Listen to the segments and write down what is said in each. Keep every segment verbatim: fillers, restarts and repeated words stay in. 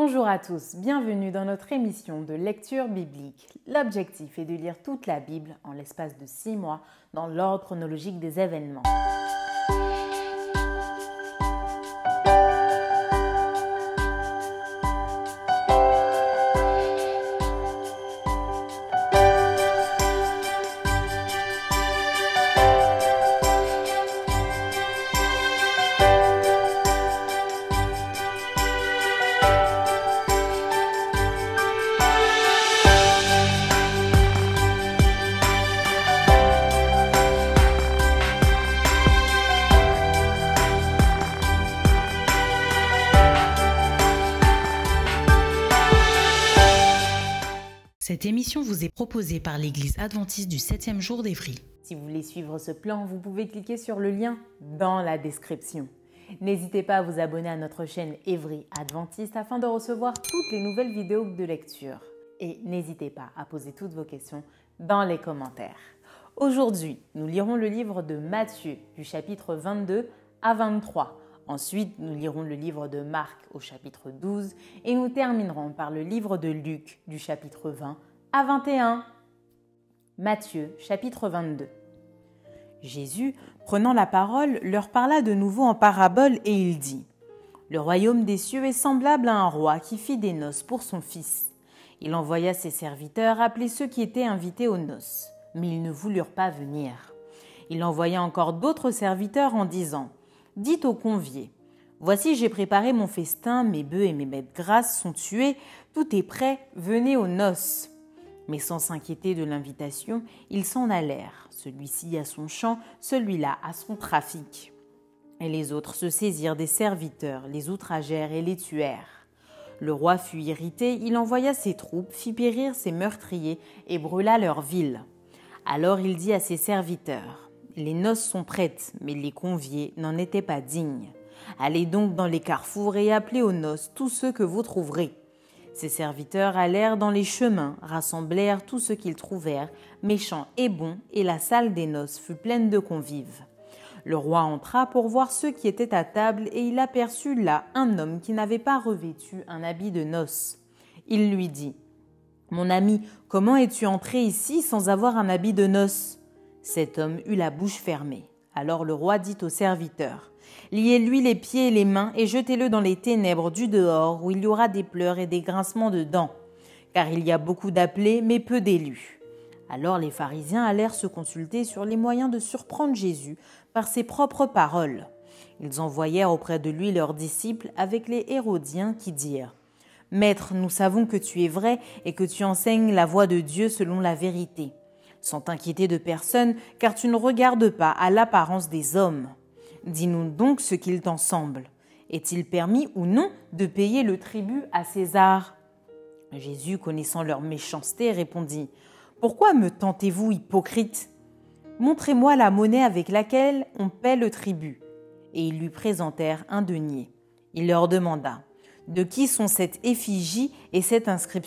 Bonjour à tous, bienvenue dans notre émission de lecture biblique. L'objectif est de lire toute la Bible en l'espace de six mois dans l'ordre chronologique des événements. Cette émission vous est proposée par l'Église adventiste du septième jour d'Évry. Si vous voulez suivre ce plan, vous pouvez cliquer sur le lien dans la description. N'hésitez pas à vous abonner à notre chaîne Évry Adventiste afin de recevoir toutes les nouvelles vidéos de lecture. Et n'hésitez pas à poser toutes vos questions dans les commentaires. Aujourd'hui, nous lirons le livre de Matthieu du chapitre vingt-deux à vingt-trois. Ensuite, nous lirons le livre de Marc au chapitre douze et nous terminerons par le livre de Luc du chapitre vingt à vingt et un. Matthieu, chapitre vingt-deux. Jésus, prenant la parole, leur parla de nouveau en parabole et il dit : « Le royaume des cieux est semblable à un roi qui fit des noces pour son fils. Il envoya ses serviteurs appeler ceux qui étaient invités aux noces, mais ils ne voulurent pas venir. Il envoya encore d'autres serviteurs en disant : Dites aux conviés : voici, j'ai préparé mon festin, mes bœufs et mes bêtes grasses sont tués, tout est prêt, venez aux noces. Mais sans s'inquiéter de l'invitation, ils s'en allèrent, celui-ci à son champ, celui-là à son trafic. Et les autres se saisirent des serviteurs, les outragèrent et les tuèrent. Le roi fut irrité, il envoya ses troupes, fit périr ses meurtriers et brûla leur ville. Alors il dit à ses serviteurs : les noces sont prêtes, mais les conviés n'en étaient pas dignes. Allez donc dans les carrefours et appelez aux noces tous ceux que vous trouverez. Ses serviteurs allèrent dans les chemins, rassemblèrent tous ceux qu'ils trouvèrent, méchants et bons, et la salle des noces fut pleine de convives. Le roi entra pour voir ceux qui étaient à table, et il aperçut là un homme qui n'avait pas revêtu un habit de noces. Il lui dit : Mon ami, comment es-tu entré ici sans avoir un habit de noces ? Cet homme eut la bouche fermée. Alors le roi dit aux serviteurs : Liez-lui les pieds et les mains et jetez-le dans les ténèbres du dehors, où il y aura des pleurs et des grincements de dents, car il y a beaucoup d'appelés, mais peu d'élus. Alors les pharisiens allèrent se consulter sur les moyens de surprendre Jésus par ses propres paroles. Ils envoyèrent auprès de lui leurs disciples avec les Hérodiens qui dirent : Maître, nous savons que tu es vrai et que tu enseignes la voie de Dieu selon la vérité, sans t'inquiéter de personne, car tu ne regardes pas à l'apparence des hommes. Dis-nous donc ce qu'il t'en semble. Est-il permis ou non de payer le tribut à César ? Jésus, connaissant leur méchanceté, répondit : Pourquoi me tentez-vous, hypocrite ? Montrez-moi la monnaie avec laquelle on paie le tribut. Et ils lui présentèrent un denier. Il leur demanda : De qui sont cette effigie et cette inscription ?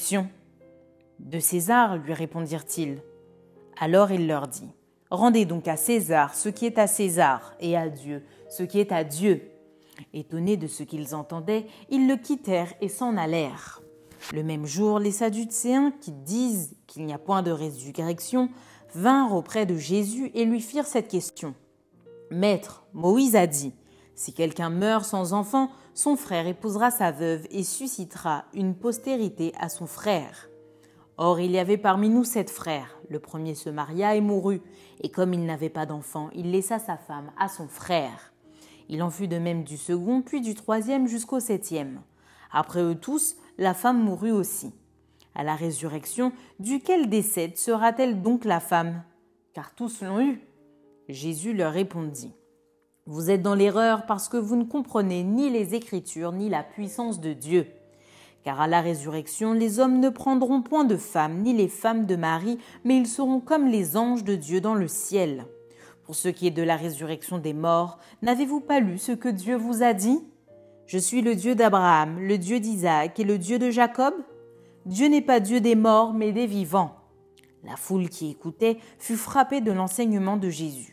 De César, lui répondirent-ils. Alors il leur dit : Rendez donc à César ce qui est à César, et à Dieu ce qui est à Dieu. Étonnés de ce qu'ils entendaient, ils le quittèrent et s'en allèrent. Le même jour, les Sadducéens, qui disent qu'il n'y a point de résurrection, vinrent auprès de Jésus et lui firent cette question : Maître, Moïse a dit : si quelqu'un meurt sans enfant, son frère épousera sa veuve et suscitera une postérité à son frère. Or, il y avait parmi nous sept frères. Le premier se maria et mourut, et comme il n'avait pas d'enfant, il laissa sa femme à son frère. Il en fut de même du second, puis du troisième jusqu'au septième. Après eux tous, la femme mourut aussi. À la résurrection, duquel des sept sera-t-elle donc la femme ? Car tous l'ont eue. Jésus leur répondit : Vous êtes dans l'erreur parce que vous ne comprenez ni les Écritures ni la puissance de Dieu. Car à la résurrection, les hommes ne prendront point de femmes, ni les femmes de Marie, mais ils seront comme les anges de Dieu dans le ciel. Pour ce qui est de la résurrection des morts, n'avez-vous pas lu ce que Dieu vous a dit ? Je suis le Dieu d'Abraham, le Dieu d'Isaac et le Dieu de Jacob. Dieu n'est pas Dieu des morts, mais des vivants. La foule qui écoutait fut frappée de l'enseignement de Jésus.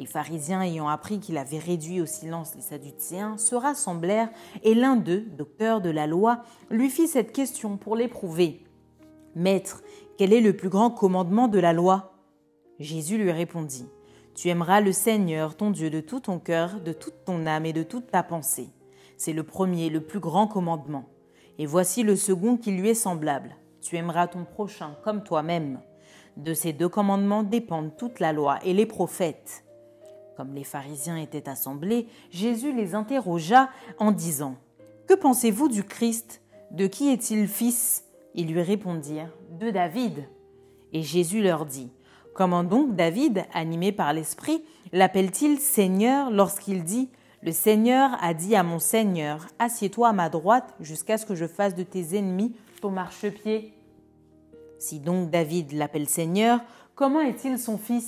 Les pharisiens, ayant appris qu'il avait réduit au silence les Sadducéens, se rassemblèrent et l'un d'eux, docteur de la loi, lui fit cette question pour l'éprouver. « Maître, quel est le plus grand commandement de la loi ?» Jésus lui répondit. « Tu aimeras le Seigneur, ton Dieu, de tout ton cœur, de toute ton âme et de toute ta pensée. C'est le premier, le plus grand commandement. Et voici le second qui lui est semblable. Tu aimeras ton prochain comme toi-même. De ces deux commandements dépendent toute la loi et les prophètes. » Comme les pharisiens étaient assemblés, Jésus les interrogea en disant « Que pensez-vous du Christ ? De qui est-il fils ?» Ils lui répondirent « De David. » Et Jésus leur dit « Comment donc David, animé par l'Esprit, l'appelle-t-il Seigneur lorsqu'il dit « Le Seigneur a dit à mon Seigneur, assieds-toi à ma droite jusqu'à ce que je fasse de tes ennemis ton marchepied » Si donc David l'appelle Seigneur, comment est-il son fils ?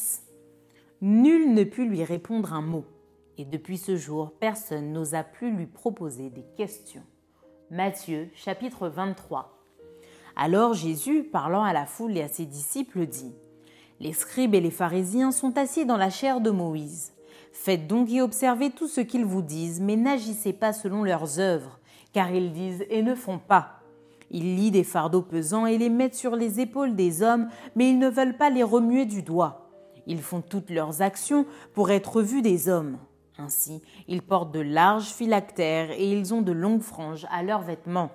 Nul ne put lui répondre un mot, et depuis ce jour, personne n'osa plus lui proposer des questions. Matthieu, chapitre vingt-trois. Alors Jésus, parlant à la foule et à ses disciples, dit « Les scribes et les pharisiens sont assis dans la chaire de Moïse. Faites donc et observez tout ce qu'ils vous disent, mais n'agissez pas selon leurs œuvres, car ils disent et ne font pas. Ils lient des fardeaux pesants et les mettent sur les épaules des hommes, mais ils ne veulent pas les remuer du doigt. Ils font toutes leurs actions pour être vus des hommes. Ainsi, ils portent de larges phylactères et ils ont de longues franges à leurs vêtements.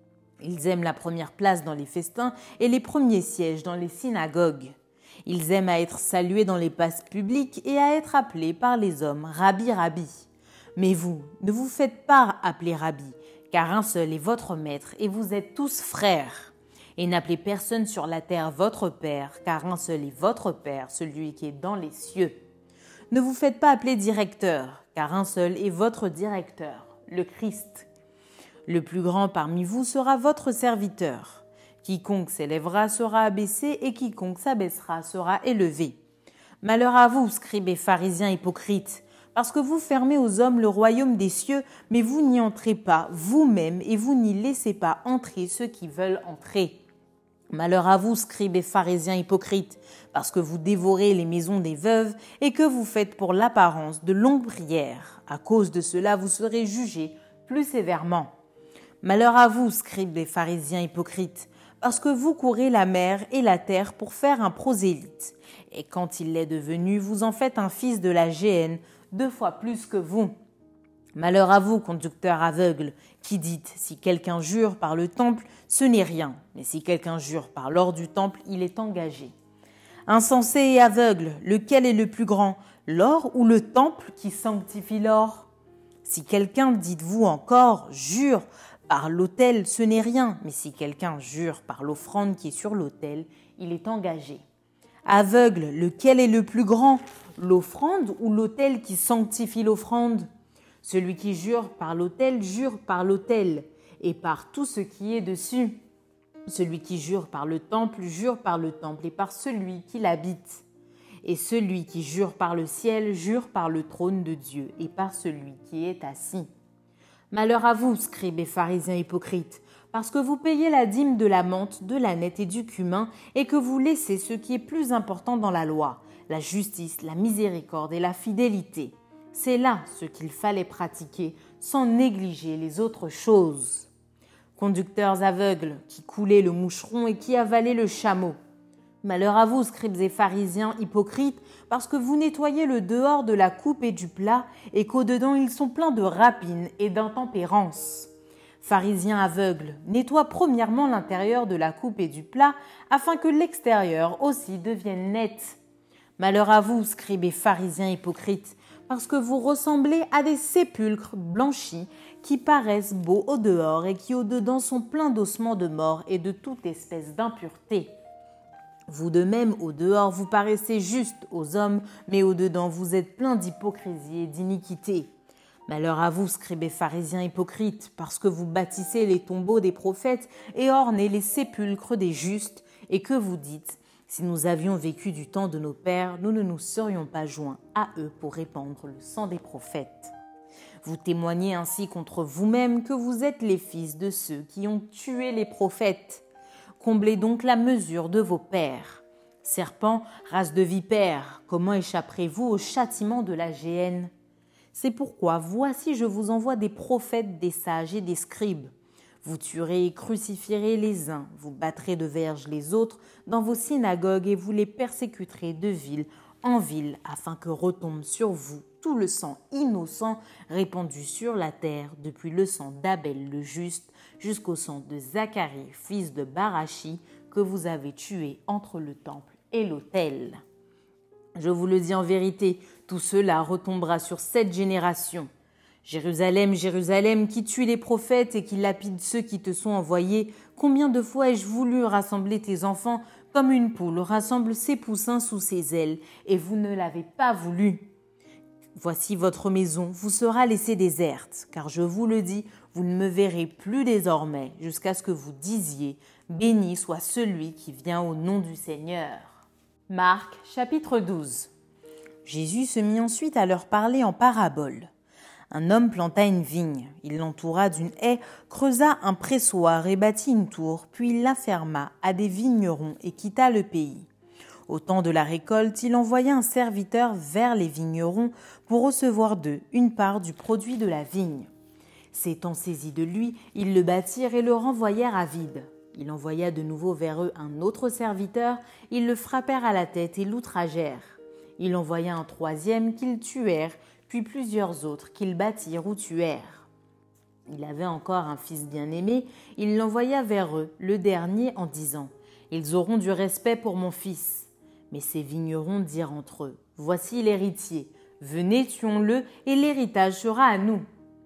Ils aiment la première place dans les festins et les premiers sièges dans les synagogues. Ils aiment à être salués dans les places publiques et à être appelés par les hommes « Rabbi, Rabbi ». Mais vous, ne vous faites pas appeler Rabbi, car un seul est votre maître et vous êtes tous frères. Et n'appelez personne sur la terre votre Père, car un seul est votre Père, celui qui est dans les cieux. Ne vous faites pas appeler directeur, car un seul est votre directeur, le Christ. Le plus grand parmi vous sera votre serviteur. Quiconque s'élèvera sera abaissé, et quiconque s'abaissera sera élevé. Malheur à vous, scribes et pharisiens hypocrites, parce que vous fermez aux hommes le royaume des cieux, mais vous n'y entrez pas vous-même, et vous n'y laissez pas entrer ceux qui veulent entrer. Malheur à vous, scribes et pharisiens hypocrites, parce que vous dévorez les maisons des veuves et que vous faites pour l'apparence de longues prières. À cause de cela, vous serez jugés plus sévèrement. Malheur à vous, scribes et pharisiens hypocrites, parce que vous courez la mer et la terre pour faire un prosélyte. Et quand il l'est devenu, vous en faites un fils de la géhenne, deux fois plus que vous. Malheur à vous, conducteurs aveugles, qui dites, si quelqu'un jure par le temple, ce n'est rien, mais si quelqu'un jure par l'or du temple, il est engagé. Insensé et aveugle, lequel est le plus grand, l'or ou le temple qui sanctifie l'or ? Si quelqu'un, dites-vous encore, jure par l'autel, ce n'est rien, mais si quelqu'un jure par l'offrande qui est sur l'autel, il est engagé. Aveugle, lequel est le plus grand, l'offrande ou l'autel qui sanctifie l'offrande ? Celui qui jure par l'autel, jure par l'autel et par tout ce qui est dessus. Celui qui jure par le temple, jure par le temple et par celui qui l'habite. Et celui qui jure par le ciel, jure par le trône de Dieu et par celui qui est assis. Malheur à vous, scribes et pharisiens hypocrites, parce que vous payez la dîme de la menthe, de la nette et du cumin, et que vous laissez ce qui est plus important dans la loi, la justice, la miséricorde et la fidélité. C'est là ce qu'il fallait pratiquer, sans négliger les autres choses. Conducteurs aveugles, qui coulaient le moucheron et qui avalaient le chameau. Malheur à vous, scribes et pharisiens hypocrites, parce que vous nettoyez le dehors de la coupe et du plat, et qu'au-dedans ils sont pleins de rapines et d'intempérance. Pharisiens aveugles, nettoie premièrement l'intérieur de la coupe et du plat, afin que l'extérieur aussi devienne net. Malheur à vous, scribes et pharisiens hypocrites, parce que vous ressemblez à des sépulcres blanchis qui paraissent beaux au dehors et qui au dedans sont pleins d'ossements de mort et de toute espèce d'impureté. Vous de même, au dehors, vous paraissez justes aux hommes, mais au dedans, vous êtes pleins d'hypocrisie et d'iniquité. Malheur à vous, scribes et pharisiens hypocrites, parce que vous bâtissez les tombeaux des prophètes et ornez les sépulcres des justes, et que vous dites « Si nous avions vécu du temps de nos pères, nous ne nous serions pas joints à eux pour répandre le sang des prophètes. » Vous témoignez ainsi contre vous-même que vous êtes les fils de ceux qui ont tué les prophètes. Comblez donc la mesure de vos pères. Serpents, race de vipères, comment échapperez-vous au châtiment de la géhenne? C'est pourquoi, voici, je vous envoie des prophètes, des sages et des scribes. Vous tuerez et crucifierez les uns, vous battrez de verges les autres dans vos synagogues et vous les persécuterez de ville en ville, afin que retombe sur vous tout le sang innocent répandu sur la terre, depuis le sang d'Abel le juste jusqu'au sang de Zacharie, fils de Barachi, que vous avez tué entre le temple et l'autel. Je vous le dis en vérité, tout cela retombera sur cette génération. Jérusalem, Jérusalem, qui tue les prophètes et qui lapide ceux qui te sont envoyés, combien de fois ai-je voulu rassembler tes enfants comme une poule rassemble ses poussins sous ses ailes, et vous ne l'avez pas voulu. Voici votre maison vous sera laissée déserte, car je vous le dis, vous ne me verrez plus désormais, jusqu'à ce que vous disiez, béni soit celui qui vient au nom du Seigneur. Marc, chapitre douze. Jésus se mit ensuite à leur parler en parabole. Un homme planta une vigne, il l'entoura d'une haie, creusa un pressoir et bâtit une tour, puis il la ferma à des vignerons et quitta le pays. Au temps de la récolte, il envoya un serviteur vers les vignerons pour recevoir d'eux une part du produit de la vigne. S'étant saisis de lui, ils le battirent et le renvoyèrent à vide. Il envoya de nouveau vers eux un autre serviteur, ils le frappèrent à la tête et l'outragèrent. Il envoya un troisième qu'ils tuèrent, puis plusieurs autres qu'ils battirent ou tuèrent. Il avait encore un fils bien-aimé, il l'envoya vers eux, le dernier, en disant « Ils auront du respect pour mon fils. » Mais ces vignerons dirent entre eux « Voici l'héritier, venez, tuons-le, et l'héritage sera à nous. »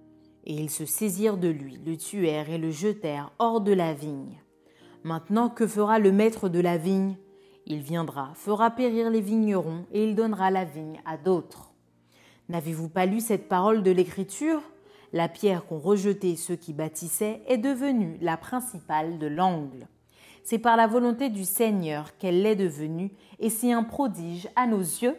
Et ils se saisirent de lui, le tuèrent et le jetèrent hors de la vigne. Maintenant, que fera le maître de la vigne? Il viendra, fera périr les vignerons, et il donnera la vigne à d'autres. N'avez-vous pas lu cette parole de l'Écriture? La pierre qu'ont rejetée ceux qui bâtissaient est devenue la principale de l'angle. C'est par la volonté du Seigneur qu'elle l'est devenue, et c'est un prodige à nos yeux.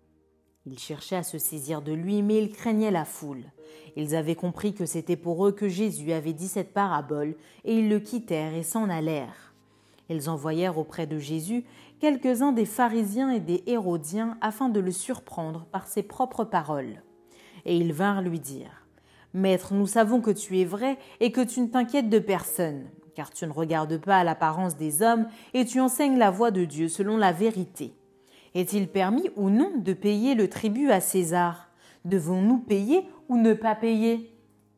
Ils cherchaient à se saisir de lui, mais ils craignaient la foule. Ils avaient compris que c'était pour eux que Jésus avait dit cette parabole, et ils le quittèrent et s'en allèrent. Ils envoyèrent auprès de Jésus quelques-uns des pharisiens et des hérodiens afin de le surprendre par ses propres paroles. Et ils vinrent lui dire « Maître, nous savons que tu es vrai et que tu ne t'inquiètes de personne, car tu ne regardes pas à l'apparence des hommes et tu enseignes la voie de Dieu selon la vérité. Est-il permis ou non de payer le tribut à César? Devons-nous payer ou ne pas payer ?»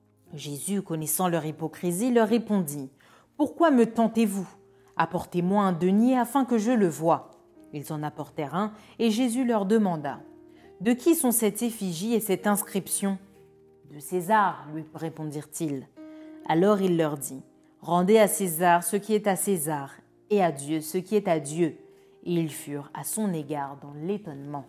Jésus, connaissant leur hypocrisie, leur répondit « Pourquoi me tentez-vous ? Apportez-moi un denier afin que je le voie. » Ils en apportèrent un, et Jésus leur demanda « De qui sont cette effigie et cette inscription ?»« De César, lui répondirent-ils. » Alors il leur dit « Rendez à César ce qui est à César, et à Dieu ce qui est à Dieu. » Et ils furent à son égard dans l'étonnement.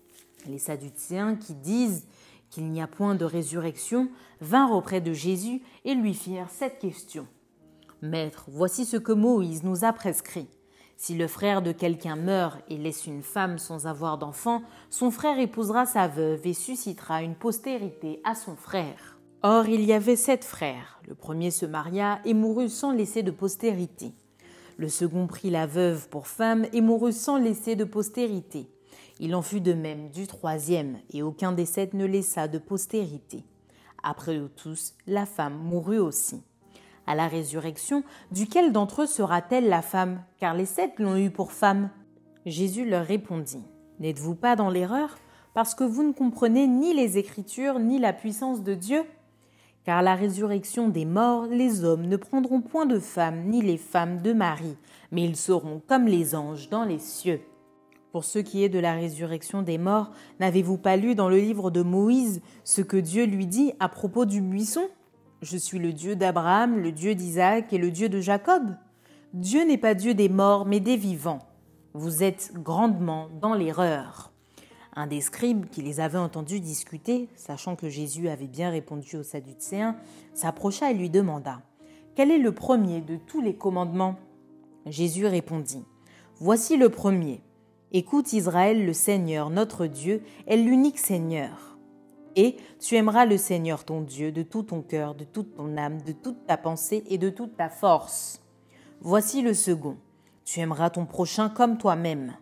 Les Sadducéens, qui disent qu'il n'y a point de résurrection, vinrent auprès de Jésus et lui firent cette question. « Maître, voici ce que Moïse nous a prescrit. Si le frère de quelqu'un meurt et laisse une femme sans avoir d'enfant, son frère épousera sa veuve et suscitera une postérité à son frère. Or, il y avait sept frères. Le premier se maria et mourut sans laisser de postérité. Le second prit la veuve pour femme et mourut sans laisser de postérité. Il en fut de même du troisième, et aucun des sept ne laissa de postérité. Après eux tous, la femme mourut aussi. À la résurrection, duquel d'entre eux sera-t-elle la femme, car les sept l'ont eue pour femme? » Jésus leur répondit, « N'êtes-vous pas dans l'erreur, parce que vous ne comprenez ni les Écritures, ni la puissance de Dieu? Car à la résurrection des morts, les hommes ne prendront point de femme, ni les femmes de mari, mais ils seront comme les anges dans les cieux. Pour ce qui est de la résurrection des morts, n'avez-vous pas lu dans le livre de Moïse ce que Dieu lui dit à propos du buisson ? Je suis le Dieu d'Abraham, le Dieu d'Isaac et le Dieu de Jacob. Dieu n'est pas Dieu des morts, mais des vivants. Vous êtes grandement dans l'erreur. » Un des scribes qui les avait entendus discuter, sachant que Jésus avait bien répondu aux Sadducéens, s'approcha et lui demanda « Quel est le premier de tous les commandements ?» Jésus répondit « Voici le premier. Écoute Israël, le Seigneur, notre Dieu, est l'unique Seigneur. Et tu aimeras le Seigneur ton Dieu de tout ton cœur, de toute ton âme, de toute ta pensée et de toute ta force. Voici le second. Tu aimeras ton prochain comme toi-même.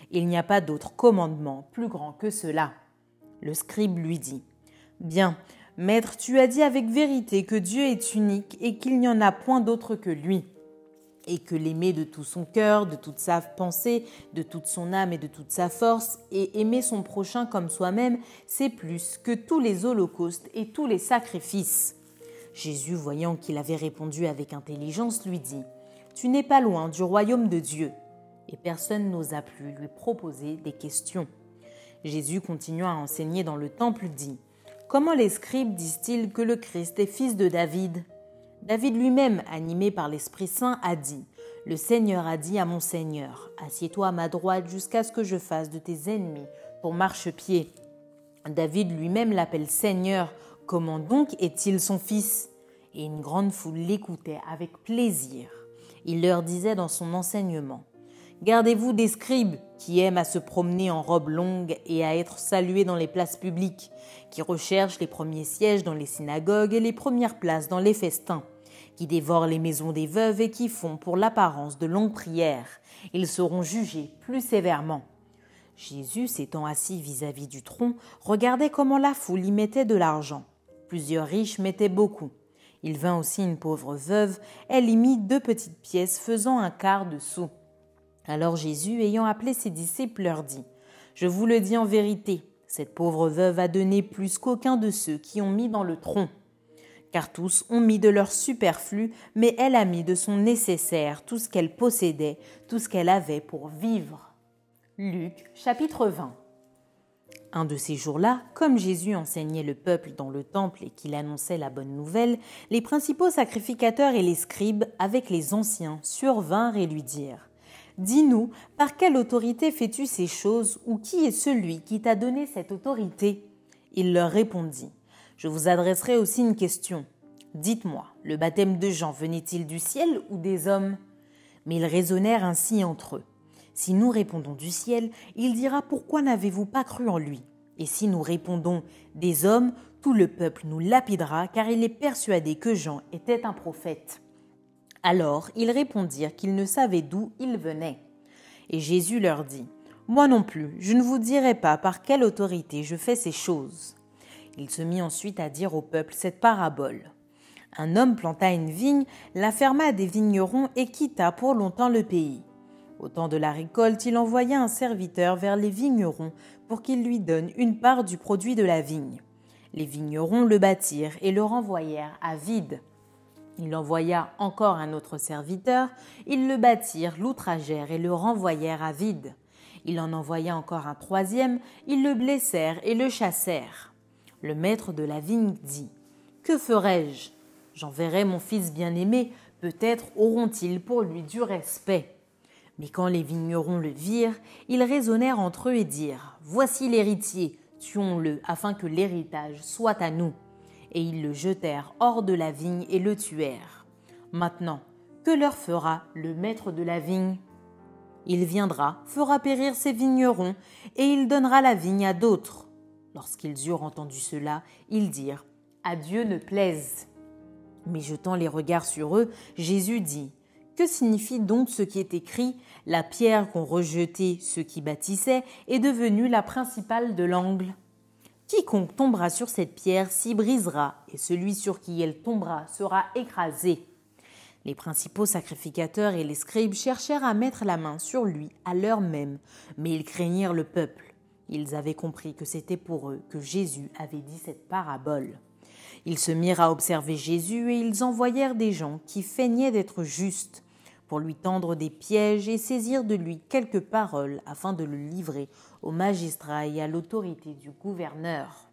Il n'y a pas d'autre commandement plus grand que cela. » Le scribe lui dit, « Bien, maître, tu as dit avec vérité que Dieu est unique et qu'il n'y en a point d'autre que lui, et que l'aimer de tout son cœur, de toute sa pensée, de toute son âme et de toute sa force, et aimer son prochain comme soi-même, c'est plus que tous les holocaustes et tous les sacrifices. » Jésus, voyant qu'il avait répondu avec intelligence, lui dit, « Tu n'es pas loin du royaume de Dieu. » Et personne n'osa plus lui proposer des questions. Jésus, continuant à enseigner dans le temple, dit, « Comment les scribes disent-ils que le Christ est fils de David ? David lui-même, animé par l'Esprit Saint, a dit, « Le Seigneur a dit à mon Seigneur, assieds-toi à ma droite jusqu'à ce que je fasse de tes ennemis ton marchepied. » David lui-même l'appelle Seigneur. Comment donc est-il son fils ? Et une grande foule l'écoutait avec plaisir. Il leur disait dans son enseignement, « Gardez-vous des scribes qui aiment à se promener en robe longue et à être salués dans les places publiques, qui recherchent les premiers sièges dans les synagogues et les premières places dans les festins, qui dévorent les maisons des veuves et qui font pour l'apparence de longues prières. Ils seront jugés plus sévèrement. » Jésus, s'étant assis vis-à-vis du tronc, regardait comment la foule y mettait de l'argent. Plusieurs riches mettaient beaucoup. Il vint aussi une pauvre veuve, elle y mit deux petites pièces faisant un quart de sou. Alors Jésus, ayant appelé ses disciples, leur dit, « Je vous le dis en vérité, cette pauvre veuve a donné plus qu'aucun de ceux qui ont mis dans le tronc. Car tous ont mis de leur superflu, mais elle a mis de son nécessaire, tout ce qu'elle possédait, tout ce qu'elle avait pour vivre. » Luc, chapitre vingt. Un de ces jours-là, comme Jésus enseignait le peuple dans le temple et qu'il annonçait la bonne nouvelle, les principaux sacrificateurs et les scribes, avec les anciens, survinrent et lui dirent, « Dis-nous, par quelle autorité fais-tu ces choses, ou qui est celui qui t'a donné cette autorité ?» Il leur répondit, « Je vous adresserai aussi une question. Dites-moi, le baptême de Jean venait-il du ciel ou des hommes ?» Mais ils raisonnèrent ainsi entre eux. « Si nous répondons du ciel, il dira pourquoi n'avez-vous pas cru en lui ? Et si nous répondons des hommes, tout le peuple nous lapidera, car il est persuadé que Jean était un prophète. » Alors ils répondirent qu'ils ne savaient d'où il venait. Et Jésus leur dit, « Moi non plus, je ne vous dirai pas par quelle autorité je fais ces choses. » Il se mit ensuite à dire au peuple cette parabole. Un homme planta une vigne, la ferma à des vignerons et quitta pour longtemps le pays. Au temps de la récolte, il envoya un serviteur vers les vignerons pour qu'il lui donne une part du produit de la vigne. Les vignerons le battirent et le renvoyèrent à vide. Il envoya encore un autre serviteur, ils le battirent, l'outragèrent et le renvoyèrent à vide. Il en envoya encore un troisième, ils le blessèrent et le chassèrent. Le maître de la vigne dit, « Que ferai-je ? J'enverrai mon fils bien-aimé, peut-être auront-ils pour lui du respect. » Mais quand les vignerons le virent, ils raisonnèrent entre eux et dirent, « Voici l'héritier, tuons-le afin que l'héritage soit à nous. » Et ils le jetèrent hors de la vigne et le tuèrent. Maintenant, que leur fera le maître de la vigne ? Il viendra, fera périr ses vignerons, et il donnera la vigne à d'autres. Lorsqu'ils eurent entendu cela, ils dirent, « À Dieu ne plaise. » Mais jetant les regards sur eux, Jésus dit, « Que signifie donc ce qui est écrit ? La pierre qu'ont rejetée ceux qui bâtissaient est devenue la principale de l'angle. Quiconque tombera sur cette pierre s'y brisera, et celui sur qui elle tombera sera écrasé. » Les principaux sacrificateurs et les scribes cherchèrent à mettre la main sur lui à l'heure même, mais ils craignirent le peuple. Ils avaient compris que c'était pour eux que Jésus avait dit cette parabole. Ils se mirent à observer Jésus et ils envoyèrent des gens qui feignaient d'être justes pour lui tendre des pièges et saisir de lui quelques paroles afin de le livrer aux magistrats et à l'autorité du gouverneur.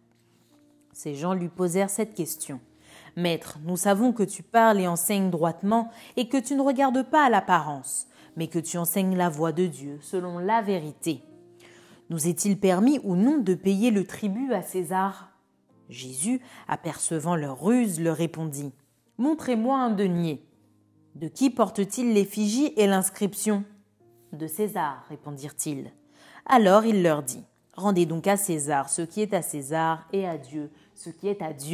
Ces gens lui posèrent cette question. « Maître, nous savons que tu parles et enseignes droitement et que tu ne regardes pas à l'apparence, mais que tu enseignes la voie de Dieu selon la vérité. Nous est-il permis ou non de payer le tribut à César ?» Jésus, apercevant leur ruse, leur répondit, « Montrez-moi un denier. » « De qui porte-t-il l'effigie et l'inscription ?»« De César, répondirent-ils. Alors il leur dit, « Rendez donc à César ce qui est à César et à Dieu ce qui est à Dieu. »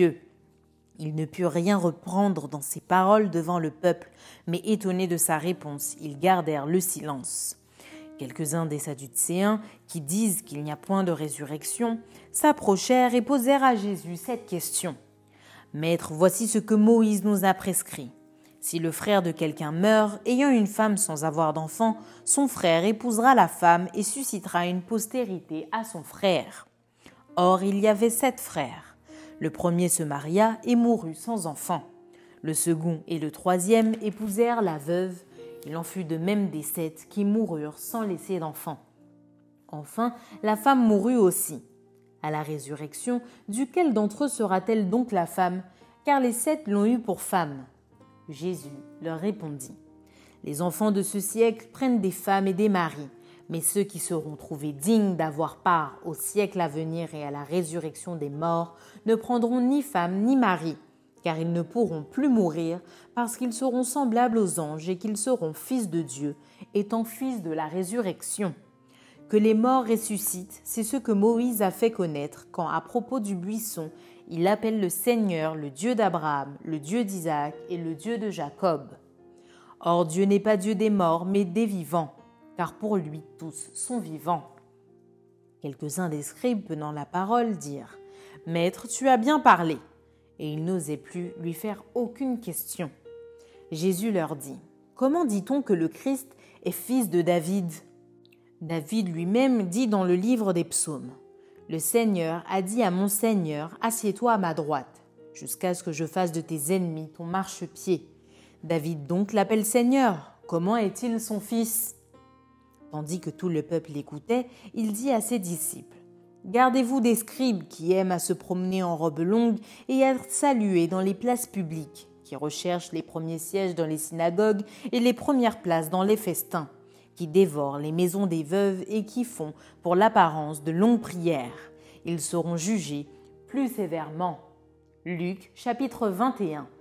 Il ne put rien reprendre dans ses paroles devant le peuple, mais étonnés de sa réponse, ils gardèrent le silence. Quelques-uns des Sadducéens, qui disent qu'il n'y a point de résurrection, s'approchèrent et posèrent à Jésus cette question. « Maître, voici ce que Moïse nous a prescrit. Si le frère de quelqu'un meurt, ayant une femme sans avoir d'enfant, son frère épousera la femme et suscitera une postérité à son frère. Or, il y avait sept frères. Le premier se maria et mourut sans enfant. Le second et le troisième épousèrent la veuve. Il en fut de même des sept qui moururent sans laisser d'enfant. Enfin, la femme mourut aussi. À la résurrection, duquel d'entre eux sera-t-elle donc la femme, car les sept l'ont eue pour femme ?» Jésus leur répondit. « Les enfants de ce siècle prennent des femmes et des maris, mais ceux qui seront trouvés dignes d'avoir part au siècle à venir et à la résurrection des morts ne prendront ni femme ni mari, car ils ne pourront plus mourir parce qu'ils seront semblables aux anges et qu'ils seront fils de Dieu, étant fils de la résurrection. Que les morts ressuscitent, c'est ce que Moïse a fait connaître quand, à propos du buisson, il appelle le Seigneur le Dieu d'Abraham, le Dieu d'Isaac et le Dieu de Jacob. Or Dieu n'est pas Dieu des morts, mais des vivants, car pour lui tous sont vivants. » Quelques-uns des scribes prenant la parole dirent « Maître, tu as bien parlé. » Et ils n'osaient plus lui faire aucune question. Jésus leur dit « Comment dit-on que le Christ est fils de David ? David lui-même dit dans le livre des psaumes « Le Seigneur a dit à mon Seigneur, assieds-toi à ma droite, jusqu'à ce que je fasse de tes ennemis ton marchepied. David donc l'appelle Seigneur. Comment est-il son fils ?» Tandis que tout le peuple l'écoutait, il dit à ses disciples « Gardez-vous des scribes qui aiment à se promener en robe longue et à saluer dans les places publiques, qui recherchent les premiers sièges dans les synagogues et les premières places dans les festins, qui dévorent les maisons des veuves et qui font, pour l'apparence, de longues prières. Ils seront jugés plus sévèrement. » Luc, chapitre vingt et un.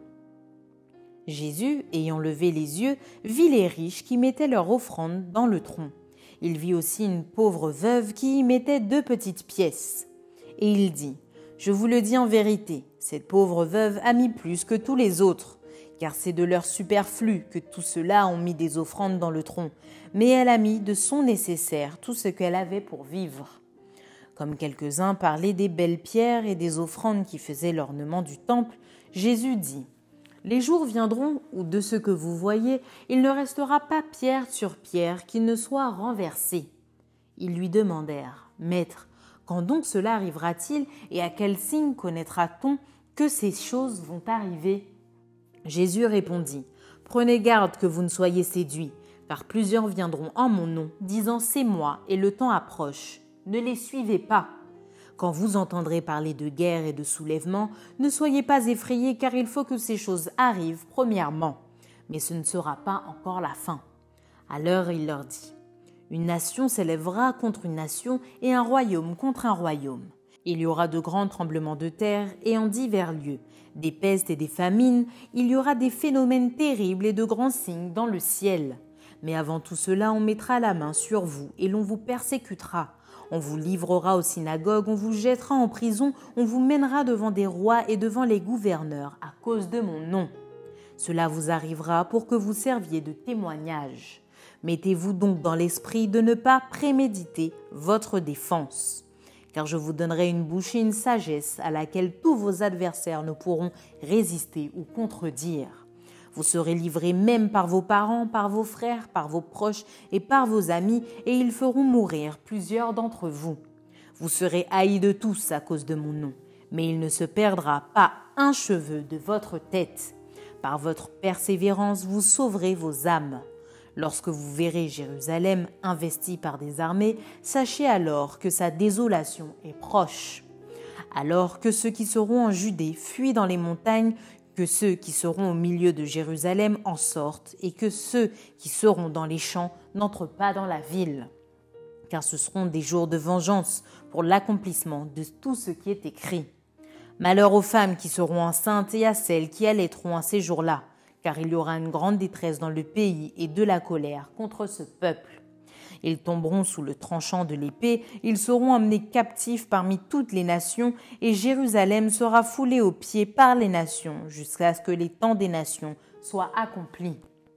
Jésus, ayant levé les yeux, vit les riches qui mettaient leur offrande dans le tronc. Il vit aussi une pauvre veuve qui y mettait deux petites pièces. Et il dit « Je vous le dis en vérité, cette pauvre veuve a mis plus que tous les autres, car c'est de leur superflu que tous ceux-là ont mis des offrandes dans le tronc, mais elle a mis de son nécessaire tout ce qu'elle avait pour vivre. » Comme quelques-uns parlaient des belles pierres et des offrandes qui faisaient l'ornement du temple, Jésus dit « Les jours viendront où de ce que vous voyez, il ne restera pas pierre sur pierre qui ne soit renversée. » Ils lui demandèrent « Maître, quand donc cela arrivera-t-il et à quel signe connaîtra-t-on que ces choses vont arriver ?» Jésus répondit « Prenez garde que vous ne soyez séduits, car plusieurs viendront en mon nom, disant « C'est moi » et le temps approche. Ne les suivez pas. Quand vous entendrez parler de guerre et de soulèvement, ne soyez pas effrayés, car il faut que ces choses arrivent premièrement. Mais ce ne sera pas encore la fin. » Alors il leur dit « Une nation s'élèvera contre une nation et un royaume contre un royaume. Il y aura de grands tremblements de terre et en divers lieux, des pestes et des famines, il y aura des phénomènes terribles et de grands signes dans le ciel. Mais avant tout cela, on mettra la main sur vous et l'on vous persécutera. On vous livrera aux synagogues, on vous jettera en prison, on vous mènera devant des rois et devant les gouverneurs à cause de mon nom. Cela vous arrivera pour que vous serviez de témoignage. Mettez-vous donc dans l'esprit de ne pas préméditer votre défense. Car je vous donnerai une bouche et une sagesse à laquelle tous vos adversaires ne pourront résister ou contredire. Vous serez livrés même par vos parents, par vos frères, par vos proches et par vos amis, et ils feront mourir plusieurs d'entre vous. Vous serez haïs de tous à cause de mon nom, mais il ne se perdra pas un cheveu de votre tête. Par votre persévérance, vous sauverez vos âmes. Lorsque vous verrez Jérusalem investie par des armées, sachez alors que sa désolation est proche. Alors que ceux qui seront en Judée fuient dans les montagnes, que ceux qui seront au milieu de Jérusalem en sortent, et que ceux qui seront dans les champs n'entrent pas dans la ville. Car ce seront des jours de vengeance pour l'accomplissement de tout ce qui est écrit. Malheur aux femmes qui seront enceintes et à celles qui allaiteront à ces jours-là, car il y aura une grande détresse dans le pays et de la colère contre ce peuple. Ils tomberont sous le tranchant de l'épée, ils seront emmenés captifs parmi toutes les nations, et Jérusalem sera foulée aux pieds par les nations, jusqu'à ce que les temps des nations soient accomplis.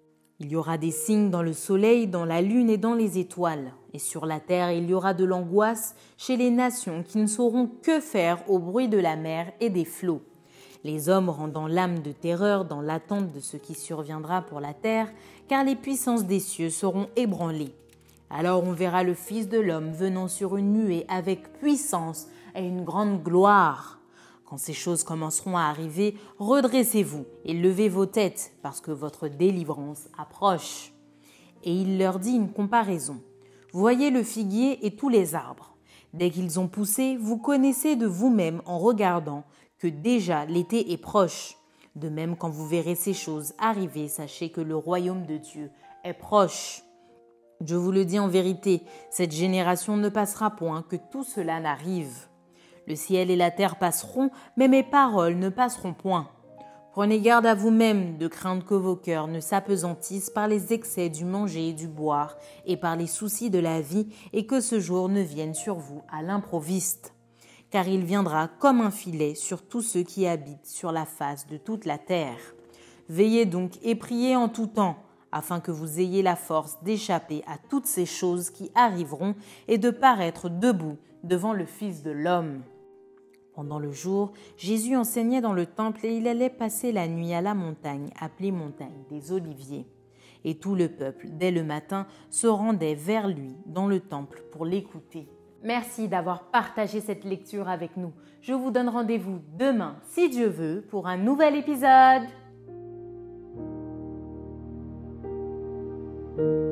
Il y aura des signes dans le soleil, dans la lune et dans les étoiles. Et sur la terre, il y aura de l'angoisse chez les nations qui ne sauront que faire au bruit de la mer et des flots. Les hommes rendant l'âme de terreur dans l'attente de ce qui surviendra pour la terre, car les puissances des cieux seront ébranlées. Alors on verra le Fils de l'homme venant sur une nuée avec puissance et une grande gloire. Quand ces choses commenceront à arriver, redressez-vous et levez vos têtes, parce que votre délivrance approche. » Et il leur dit une comparaison. « Voyez le figuier et tous les arbres. Dès qu'ils ont poussé, vous connaissez de vous-même en regardant que déjà l'été est proche. De même, quand vous verrez ces choses arriver, sachez que le royaume de Dieu est proche. Je vous le dis en vérité, cette génération ne passera point que tout cela n'arrive. Le ciel et la terre passeront, mais mes paroles ne passeront point. Prenez garde à vous-même de craindre que vos cœurs ne s'apesantissent par les excès du manger et du boire et par les soucis de la vie et que ce jour ne vienne sur vous à l'improviste. Car il viendra comme un filet sur tous ceux qui habitent sur la face de toute la terre. Veillez donc et priez en tout temps, afin que vous ayez la force d'échapper à toutes ces choses qui arriveront et de paraître debout devant le Fils de l'homme. » Pendant le jour, Jésus enseignait dans le temple et il allait passer la nuit à la montagne, appelée montagne des Oliviers. Et tout le peuple, dès le matin, se rendait vers lui dans le temple pour l'écouter. Merci d'avoir partagé cette lecture avec nous. Je vous donne rendez-vous demain, si Dieu veut, pour un nouvel épisode.